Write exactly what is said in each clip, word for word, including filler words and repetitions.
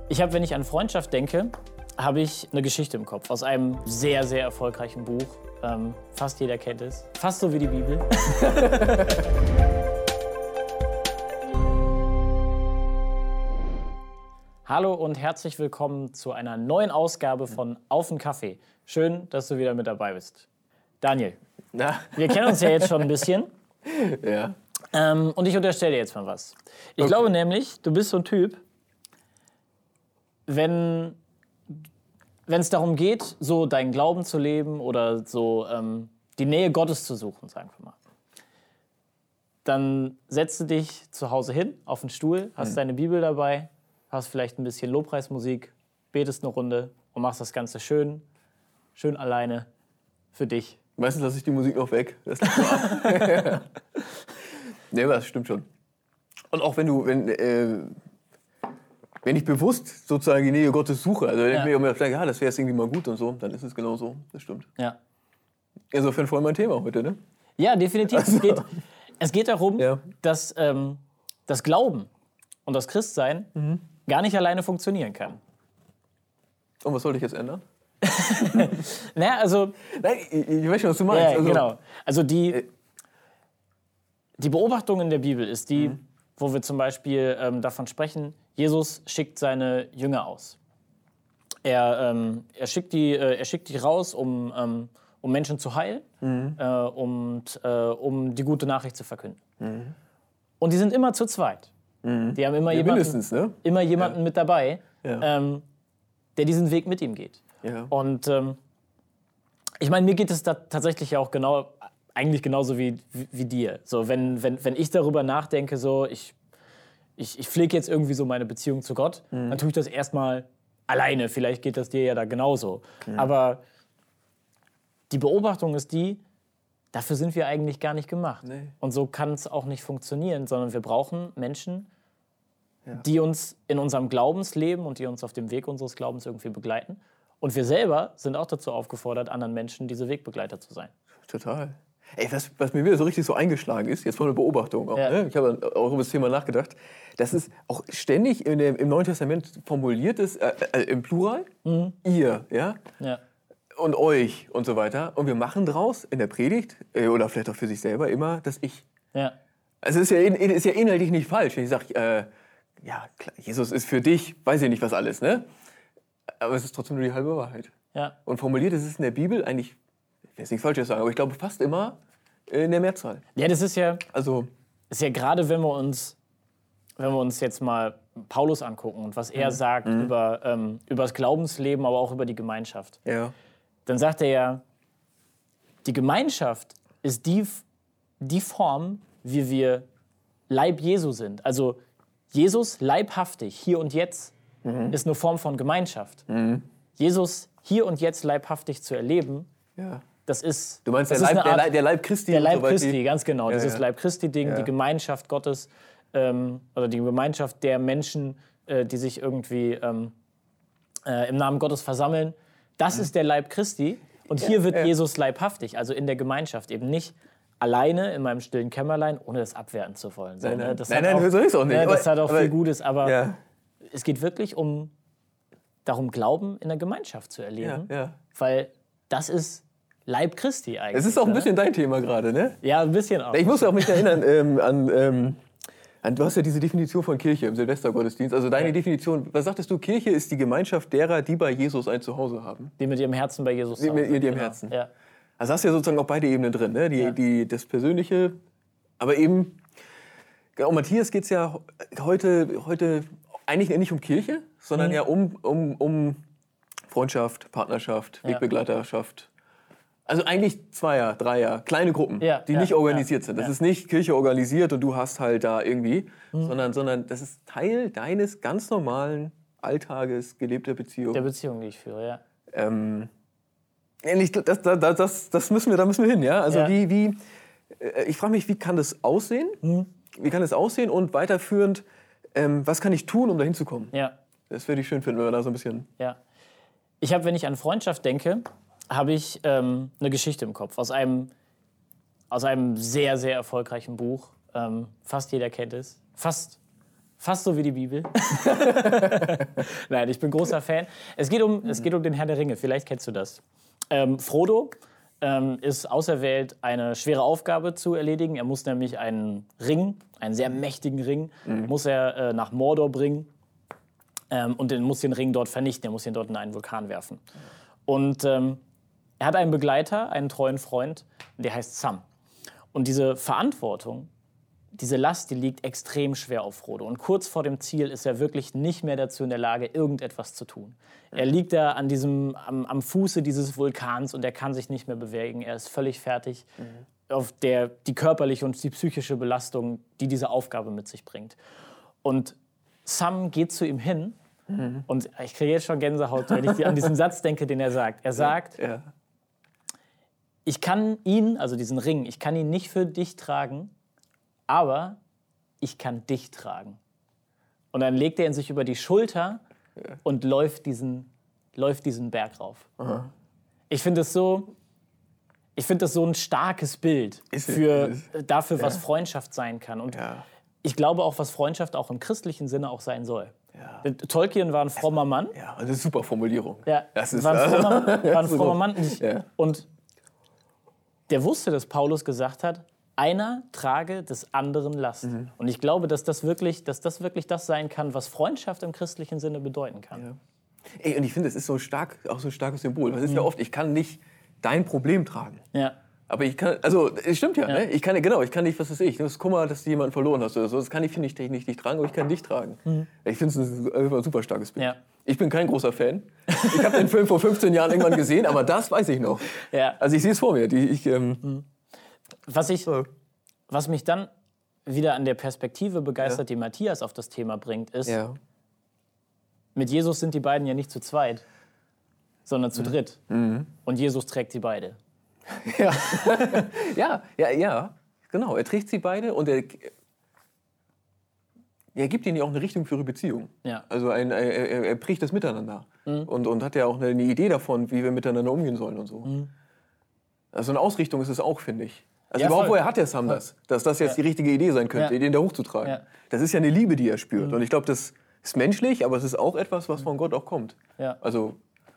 Ich habe, wenn ich an Freundschaft denke, habe ich eine Geschichte im Kopf aus einem sehr, sehr erfolgreichen Buch. Ähm, fast jeder kennt es. Fast so wie die Bibel. Hallo und herzlich willkommen zu einer neuen Ausgabe von Auf 'n Kaffee. Schön, dass du wieder mit dabei bist. Daniel, Na? wir kennen uns ja jetzt schon ein bisschen. Ja. Ähm, und ich unterstelle dir jetzt mal was. Ich Okay. glaube nämlich, du bist so ein Typ, wenn wenn es darum geht, so deinen Glauben zu leben oder so ähm, die Nähe Gottes zu suchen, sagen wir mal, dann setzt du dich zu Hause hin auf den Stuhl, hast Mhm. deine Bibel dabei, hast vielleicht ein bisschen Lobpreismusik, betest eine Runde und machst das Ganze schön, schön alleine für dich. Meistens lasse ich die Musik noch weg. Das lenkt nur ab. Nee, aber das stimmt schon. Und auch wenn du, wenn, äh, wenn ich bewusst sozusagen die Nähe Gottes suche, also wenn Ja. ich mir immer denke, ja, das wäre jetzt irgendwie mal gut und so, dann ist es genau so. Das stimmt. Ja, Insofern voll mein Thema heute, ne? ja definitiv. Es, geht, es geht darum, Ja. dass dass ähm, das Glauben und das Christsein Mhm. gar nicht alleine funktionieren kann. Und was sollte ich jetzt ändern? Naja, also, Nein, ich, ich weiß schon, was du meinst. ja, also, genau. Also die, Äh. die Beobachtung in der Bibel ist die, Mhm. wo wir zum Beispiel ähm, davon sprechen, Jesus schickt seine Jünger aus. Er, ähm, er, schickt, die, äh, er schickt die raus, um, ähm, um Menschen zu heilen Mhm. äh, und äh, um die gute Nachricht zu verkünden. Und die sind immer zu zweit. Die haben immer Ja, jemanden, mindestens, ne? immer jemanden mit dabei, Ja. ähm, der diesen Weg mit ihm geht. Ja. Und ähm, ich meine, mir geht es da tatsächlich ja auch genau, eigentlich genauso wie, wie, wie dir. So, wenn, wenn, wenn ich darüber nachdenke, so, ich, ich, ich pflege jetzt irgendwie so meine Beziehung zu Gott, Mhm. dann tue ich das erstmal alleine. Vielleicht geht das dir ja da genauso. Aber die Beobachtung ist die, dafür sind wir eigentlich gar nicht gemacht. Nee. Und so kann es auch nicht funktionieren, sondern wir brauchen Menschen, Ja. die uns in unserem Glaubensleben und die uns auf dem Weg unseres Glaubens irgendwie begleiten. Und wir selber sind auch dazu aufgefordert, anderen Menschen diese Wegbegleiter zu sein. Total. Ey, was, was mir wieder so richtig so eingeschlagen ist, jetzt von der Beobachtung auch, Ja. ne? Ich habe auch über das Thema nachgedacht, dass es auch ständig in dem, im Neuen Testament formuliert ist, äh, äh, im Plural, ihr, ja, Ja, und euch und so weiter. Und wir machen draus in der Predigt, äh, oder vielleicht auch für sich selber immer, das Ich. ja, Also es ist ja, in- ist ja inhaltlich nicht falsch, wenn ich sage, äh, ja, klar, Jesus ist für dich, weiß ich nicht was alles, ne? Aber es ist trotzdem nur die halbe Wahrheit. ja. Und formuliert ist es in der Bibel eigentlich, ich will jetzt nichts Falsches sagen, aber ich glaube fast immer in der Mehrzahl. Ja, das ist ja, Also, ist ja gerade, wenn wir uns, wenn wir uns jetzt mal Paulus angucken und was er sagt über, ähm, über das Glaubensleben, aber auch über die Gemeinschaft. ja. Dann sagt er ja, die Gemeinschaft ist die, die Form, wie wir Leib Jesu sind. Also Jesus leibhaftig, hier und jetzt, ist eine Form von Gemeinschaft. Jesus hier und jetzt leibhaftig zu erleben, ja. das ist Du meinst das der ist Leib, eine der, Art- Leib, der Leib Christi? der und Leib so weiter. Christi, ganz genau. Ja, Dieses ja. Leib Christi-Ding, Ja. die Gemeinschaft Gottes ähm, oder die Gemeinschaft der Menschen, äh, die sich irgendwie ähm, äh, im Namen Gottes versammeln. Das ist der Leib Christi. Und hier wird ja. Jesus leibhaftig, also in der Gemeinschaft, eben nicht alleine in meinem stillen Kämmerlein, ohne das abwerten zu wollen. So, Nein, nein. ne? Das Nein, hat nein, auch, so ist es auch nicht. Ne, das Aber- hat auch aber- viel Gutes, aber Ja, es geht wirklich um darum, Glauben in der Gemeinschaft zu ja, erleben, ja. weil das ist Leib Christi eigentlich. Es ist auch ein ne? bisschen dein Thema gerade, ne? Ja, ein bisschen auch. Ich muss auch mich erinnern ähm, an, ähm, an, du hast ja diese Definition von Kirche im Silvestergottesdienst. Also deine Ja. Definition, was sagtest du, Kirche ist die Gemeinschaft derer, die bei Jesus ein Zuhause haben. Die mit ihrem Herzen bei Jesus Die sind. mit ihrem Genau. Herzen. Ja. Also hast du ja sozusagen auch beide Ebenen drin, ne? Die, Ja. die, das Persönliche, aber eben, um Matthias geht es ja heute, heute eigentlich nicht um Kirche, sondern Mhm. ja um, um, um Freundschaft, Partnerschaft, Ja. Wegbegleiterschaft. Also eigentlich Zweier, Dreier, kleine Gruppen, Ja, die ja, nicht organisiert ja, sind. Das ja. ist nicht Kirche organisiert und du hast halt da irgendwie, Mhm. sondern, sondern das ist Teil deines ganz normalen Alltages, gelebter Beziehung. Der Beziehung, die ich führe, ja. Ähm, ich, das, das, das, das müssen wir, da müssen wir hin, ja. Also Ja. wie, wie, äh, ich frage mich, wie kann das aussehen? Mhm. Wie kann das aussehen und weiterführend, ähm, was kann ich tun, um dahin zu kommen? Ja, Das würde ich schön finden, wenn wir da so ein bisschen. ja. Ich habe, wenn ich an Freundschaft denke, habe ich ähm, eine Geschichte im Kopf aus einem, aus einem sehr, sehr erfolgreichen Buch. Ähm, fast jeder kennt es. Fast Fast so wie die Bibel. Nein, ich bin großer Fan. Es geht um, es geht um den Herrn der Ringe, vielleicht kennst du das. Ähm, Frodo ähm, ist auserwählt, eine schwere Aufgabe zu erledigen. Er muss nämlich einen Ring, einen sehr mächtigen Ring, mhm. muss er äh, nach Mordor bringen ähm, und den, muss den Ring dort vernichten. Er muss ihn dort in einen Vulkan werfen. Und ähm, er hat einen Begleiter, einen treuen Freund, der heißt Sam. Und diese Verantwortung, diese Last, die liegt extrem schwer auf Frodo. Und kurz vor dem Ziel ist er wirklich nicht mehr dazu in der Lage, irgendetwas zu tun. Er liegt da an diesem, am, am Fuße dieses Vulkans und er kann sich nicht mehr bewegen. Er ist völlig fertig mhm. auf der, die körperliche und die psychische Belastung, die diese Aufgabe mit sich bringt. Und Sam geht zu ihm hin mhm. und ich kriege jetzt schon Gänsehaut, wenn ich an diesen Satz denke, den er sagt. Er sagt, ja. ich kann ihn, also diesen Ring, ich kann ihn nicht für dich tragen, aber ich kann dich tragen. Und dann legt er ihn sich über die Schulter ja. und läuft diesen, läuft diesen Berg rauf. Aha. Ich finde das so, ich finde das so ein starkes Bild ist für, es, ist dafür, was ja. Freundschaft sein kann. Und ja. ich glaube auch, was Freundschaft auch im christlichen Sinne auch sein soll. Ja. Tolkien war ein frommer Mann. Ja, das ist eine super Formulierung. Ja, das ist war ein frommer, war ein so frommer Mann. ja. Und der wusste, dass Paulus gesagt hat, einer trage des anderen Last. Mhm. Und ich glaube, dass das, wirklich, dass das wirklich das sein kann, was Freundschaft im christlichen Sinne bedeuten kann. Ja. Ey, und ich finde, es ist so stark, auch so ein starkes Symbol. Das ist mhm. ja oft, ich kann nicht dein Problem tragen. Ja. Aber ich kann, also es stimmt ja, ja. Ne? Ich kann, genau, ich kann nicht, was weiß ich, das Kummer, dass du jemanden verloren hast oder so, das kann ich, finde ich, nicht dich tragen, aber ich kann dich tragen. Mhm. Ich finde es ein, ein super starkes Bild. Ja. Ich bin kein großer Fan. Ich habe den Film vor fünfzehn Jahren irgendwann gesehen, aber das weiß ich noch. Ja. Also ich sehe es vor mir. Die, ich, ähm, mhm. was, ich, was mich dann wieder an der Perspektive begeistert, ja. die Matthias auf das Thema bringt, ist, ja. mit Jesus sind die beiden ja nicht zu zweit, sondern zu mhm. dritt. Mhm. Und Jesus trägt sie beide. Ja. ja, ja, ja, genau. Er trägt sie beide und er, er gibt ihnen ja auch eine Richtung für ihre Beziehung. Ja. Also ein, er, er prägt das Miteinander mhm. und, und hat ja auch eine Idee davon, wie wir miteinander umgehen sollen und so. Mhm. Also eine Ausrichtung ist es auch, finde ich. Also ja, überhaupt, voll. woher hat der Sam das? Dass das jetzt ja. die richtige Idee sein könnte, ja. den da hochzutragen. Ja. Das ist ja eine Liebe, die er spürt. Mhm. Und ich glaube, das ist menschlich, aber es ist auch etwas, was von Gott auch kommt. Ja. Also,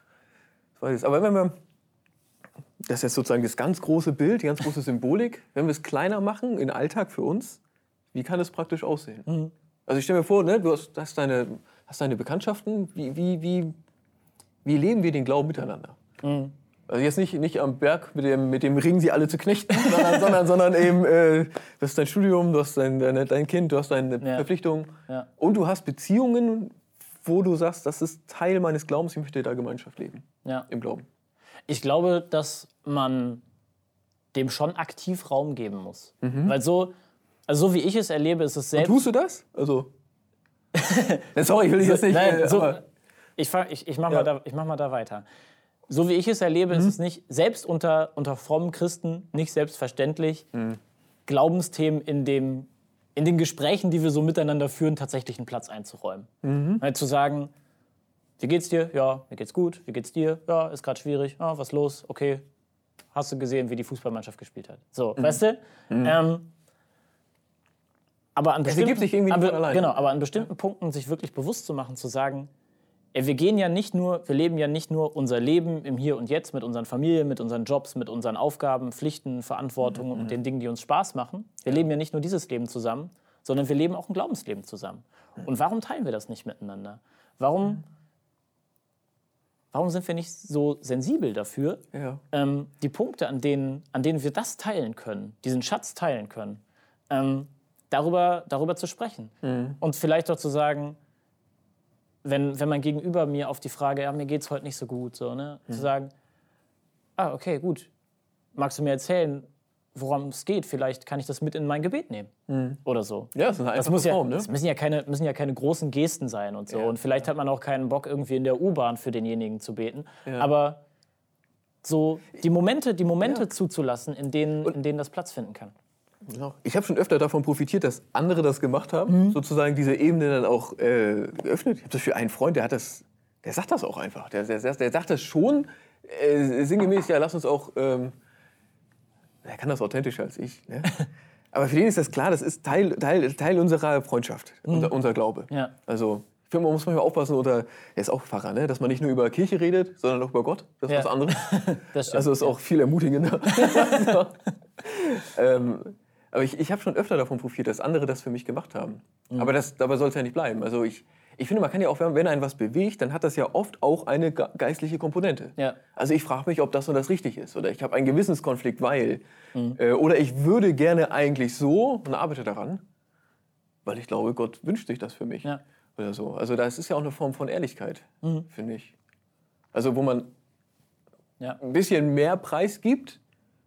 aber wenn wir... Das ist jetzt sozusagen das ganz große Bild, die ganz große Symbolik. Wenn wir es kleiner machen, in den Alltag für uns, wie kann das praktisch aussehen? Mhm. Also ich stelle mir vor, ne, du hast, hast, deine, hast deine Bekanntschaften, wie, wie, wie, wie leben wir den Glauben miteinander? Mhm. Also jetzt nicht, nicht am Berg mit dem, mit dem Ring, sie alle zu knechten, sondern, sondern, sondern eben, äh, du hast dein Studium, du hast dein, dein, dein Kind, du hast deine ja. Verpflichtungen ja. und du hast Beziehungen, wo du sagst, das ist Teil meines Glaubens, ich möchte da Gemeinschaft leben, ja. im Glauben. Ich glaube, dass man dem schon aktiv Raum geben muss. Mhm. Weil so, also so wie ich es erlebe, ist es selbst... Und tust du das? Also... Sorry, ich will dich jetzt nicht... Nein, äh, so, ich ich, ich mache ja. mal, mach mal da weiter. So wie ich es erlebe, mhm. ist es nicht, selbst unter, unter frommen Christen, nicht selbstverständlich, mhm. Glaubensthemen in, dem, in den Gesprächen, die wir so miteinander führen, tatsächlich einen Platz einzuräumen. Mhm. Halt zu sagen... Wie geht's dir? Ja, mir geht's gut. Wie geht's dir? Ja, ist gerade schwierig. Ah, was los? Okay. Hast du gesehen, wie die Fußballmannschaft gespielt hat? So, mhm. weißt du? Mhm. Ähm, aber an bestimmten, sich irgendwie an, von alleine. Genau, aber an bestimmten Punkten sich wirklich bewusst zu machen, zu sagen, ey, wir gehen ja nicht nur, wir leben ja nicht nur unser Leben im Hier und Jetzt mit unseren Familien, mit unseren Jobs, mit unseren Aufgaben, Pflichten, Verantwortungen mhm. und den Dingen, die uns Spaß machen. Wir ja. leben ja nicht nur dieses Leben zusammen, sondern wir leben auch ein Glaubensleben zusammen. Mhm. Und warum teilen wir das nicht miteinander? Warum... Mhm. Warum sind wir nicht so sensibel dafür, ja. ähm, die Punkte, an denen, an denen wir das teilen können, diesen Schatz teilen können, ähm, darüber, darüber zu sprechen? Mhm. Und vielleicht auch zu sagen, wenn, wenn mein Gegenüber mir auf die Frage, ja, mir geht's heute nicht so gut, so, ne, mhm. zu sagen, ah, okay, gut, magst du mir erzählen, worum es geht? Vielleicht kann ich das mit in mein Gebet nehmen. Mhm. Oder so. Ja, das ist ein das muss ja, Form, ne? Das müssen ja, keine, müssen ja keine großen Gesten sein und so. Ja, und vielleicht ja. hat man auch keinen Bock, irgendwie in der U-Bahn für denjenigen zu beten. Ja. Aber so die Momente, die Momente ja. zuzulassen, in denen, in denen das Platz finden kann. Genau. Ich habe schon öfter davon profitiert, dass andere das gemacht haben. Mhm. Sozusagen diese Ebene dann auch äh, geöffnet. Ich habe das für einen Freund, der hat das, der sagt das auch einfach. Der, der, der sagt das schon äh, sinngemäß, ja, lass uns auch... Ähm, er kann das authentischer als ich. Ne? Aber für den ist das klar, das ist Teil, Teil, Teil unserer Freundschaft, mhm. unser, unser Glaube. Ja. Also ich finde, man muss manchmal aufpassen, oder, er ist auch Pfarrer, ne? Dass man nicht nur über Kirche redet, sondern auch über Gott. Das ist ja. was anderes. Das stimmt, also ist auch viel ermutigender. so. ähm, aber ich, ich habe schon öfter davon profitiert, dass andere das für mich gemacht haben. Mhm. Aber das, dabei soll es ja nicht bleiben. Also ich, ich finde, man kann ja auch, wenn einen was bewegt, dann hat das ja oft auch eine geistliche Komponente. Ja. Also ich frage mich, ob das und das richtig ist. Oder ich habe einen Gewissenskonflikt, weil. Mhm. Äh, oder ich würde gerne eigentlich so und arbeite daran, weil ich glaube, Gott wünscht sich das für mich. Ja. Oder so. Also das ist ja auch eine Form von Ehrlichkeit, mhm. finde ich. Also wo man ja. ein bisschen mehr Preis gibt,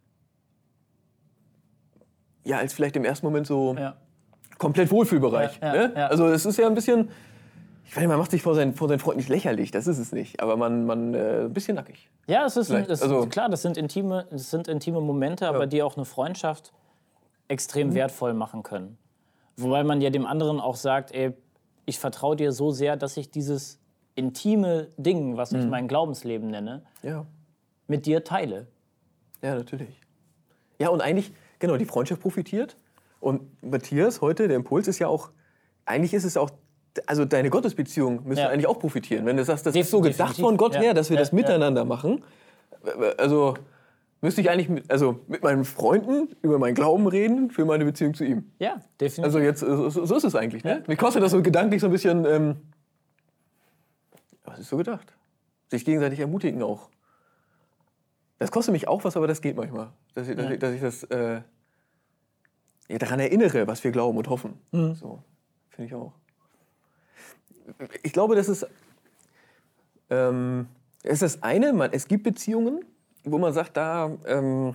ja, als vielleicht im ersten Moment so ja. komplett Wohlfühlbereich. Ja, ja, ne? ja. Also es ist ja ein bisschen, ich meine, man macht sich vor seinen, vor seinen Freunden nicht lächerlich, das ist es nicht, aber man, man äh, ein bisschen nackig. Ja, es ist, ein, es also, klar, das sind intime, das sind intime Momente, aber ja. die auch eine Freundschaft extrem mhm. wertvoll machen können. Wobei man ja dem anderen auch sagt, ey, ich vertraue dir so sehr, dass ich dieses intime Ding, was ich mhm. mein Glaubensleben nenne, ja. mit dir teile. Ja, natürlich. Ja, und eigentlich, genau, die Freundschaft profitiert. Und Matthias, heute, der Impuls ist ja auch, eigentlich ist es auch, also deine Gottesbeziehung müsste ja. eigentlich auch profitieren. Wenn du sagst, das Definitiv. ist so gedacht Definitiv. von Gott ja. her, dass wir ja. das miteinander ja. machen. Also müsste ich eigentlich mit, also mit meinen Freunden über meinen Glauben reden für meine Beziehung zu ihm. Ja, definitiv. Also jetzt, so, so ist es eigentlich. Ne? Ja. Mir kostet das so gedanklich so ein bisschen, ähm, was ist so gedacht? Sich gegenseitig ermutigen auch. Das kostet mich auch was, aber das geht manchmal. Dass ich, dass ja. ich, dass ich das äh, ja, daran erinnere, was wir glauben und hoffen. Mhm. So, finde ich auch. Ich glaube, das ist, ähm, das ist das eine, man, es gibt Beziehungen, wo man sagt, da, ähm,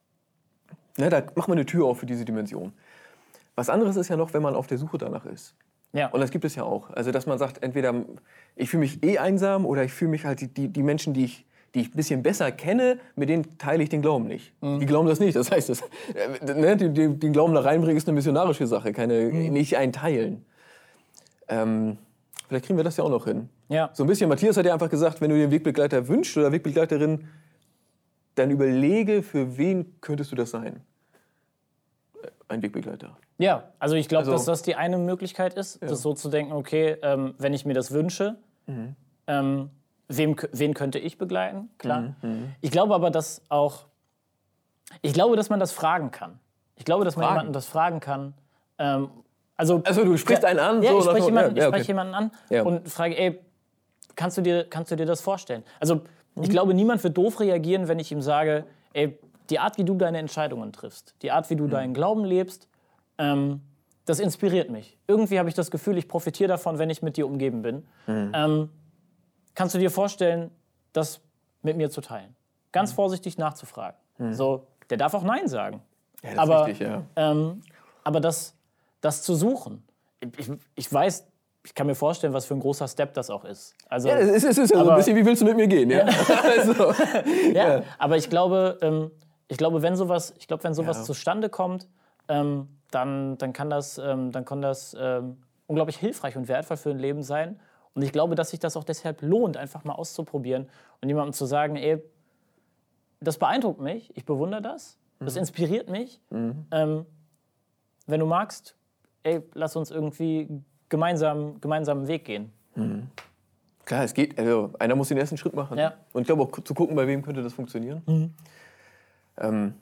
ne, da macht man eine Tür auf für diese Dimension. Was anderes ist ja noch, wenn man auf der Suche danach ist. Ja. Und das gibt es ja auch. Also, dass man sagt, entweder ich fühle mich eh einsam oder ich fühle mich halt, die, die, die Menschen, die ich, die ich ein bisschen besser kenne, mit denen teile ich den Glauben nicht. Mhm. Die glauben das nicht. Das heißt, das, äh, ne, die, die, den Glauben da reinbringen ist eine missionarische Sache, keine, mhm. nicht ein Teilen. Ähm, vielleicht kriegen wir das ja auch noch hin. Ja. So ein bisschen, Matthias hat ja einfach gesagt, wenn du den Wegbegleiter wünschst oder Wegbegleiterin, dann überlege, für wen könntest du das sein? Ein Wegbegleiter. Ja, also ich glaube, also, dass das die eine Möglichkeit ist, ja. das so zu denken, okay, ähm, wenn ich mir das wünsche, mhm. ähm, wem, wen könnte ich begleiten? Klar. Mhm. Ich glaube aber, dass auch, ich glaube, dass man das fragen kann. Ich glaube, dass man fragen. jemanden das fragen kann. Ähm, also, also du sprichst einen an? Ja, so ich spreche jemanden, ja, ich okay. spreche jemanden an ja. und frage, ey, kannst du dir, kannst du dir das vorstellen? Also ich glaube, niemand wird doof reagieren, wenn ich ihm sage, ey, die Art, wie du deine Entscheidungen triffst, die Art, wie du mhm. deinen Glauben lebst, ähm, das inspiriert mich. Irgendwie habe ich das Gefühl, ich profitiere davon, wenn ich mit dir umgeben bin. Mhm. Ähm, kannst du dir vorstellen, das mit mir zu teilen? Ganz mhm. vorsichtig nachzufragen. Mhm. So, der darf auch Nein sagen. Ja, das aber, ist richtig, ja. Ähm, aber das, das zu suchen, ich, ich weiß, ich kann mir vorstellen, was für ein großer Step das auch ist. Also, ja, es ist, es ist ja aber, so ein bisschen, wie willst du mit mir gehen? Ja, also, ja, ja. aber ich glaube, ähm, ich glaube, wenn sowas, ich glaube, wenn sowas ja. zustande kommt, ähm, dann, dann kann das, ähm, dann kann das ähm, unglaublich hilfreich und wertvoll für ein Leben sein. Und ich glaube, dass sich das auch deshalb lohnt, einfach mal auszuprobieren und jemandem zu sagen, ey, das beeindruckt mich, ich bewundere das, das mhm. inspiriert mich. Mhm. Ähm, wenn du magst, ey, lass uns irgendwie gemeinsam gemeinsamen Weg gehen. Mhm. Klar, es geht. Also einer muss den ersten Schritt machen. Ja. Und ich glaube auch zu gucken, bei wem könnte das funktionieren. Mhm. Ähm,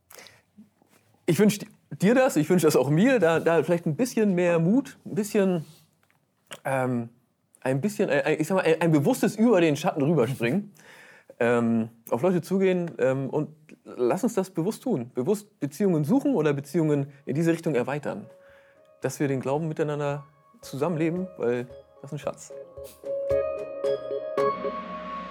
ich wünsche dir das, ich wünsche das auch mir, da, da vielleicht ein bisschen mehr Mut, ein bisschen, ähm, ein bisschen, ein, ich sag mal, ein, ein bewusstes über den Schatten rüberspringen, ähm, auf Leute zugehen ähm, und lass uns das bewusst tun. Bewusst Beziehungen suchen oder Beziehungen in diese Richtung erweitern. Dass wir den Glauben miteinander zusammenleben, weil das ist ein Schatz.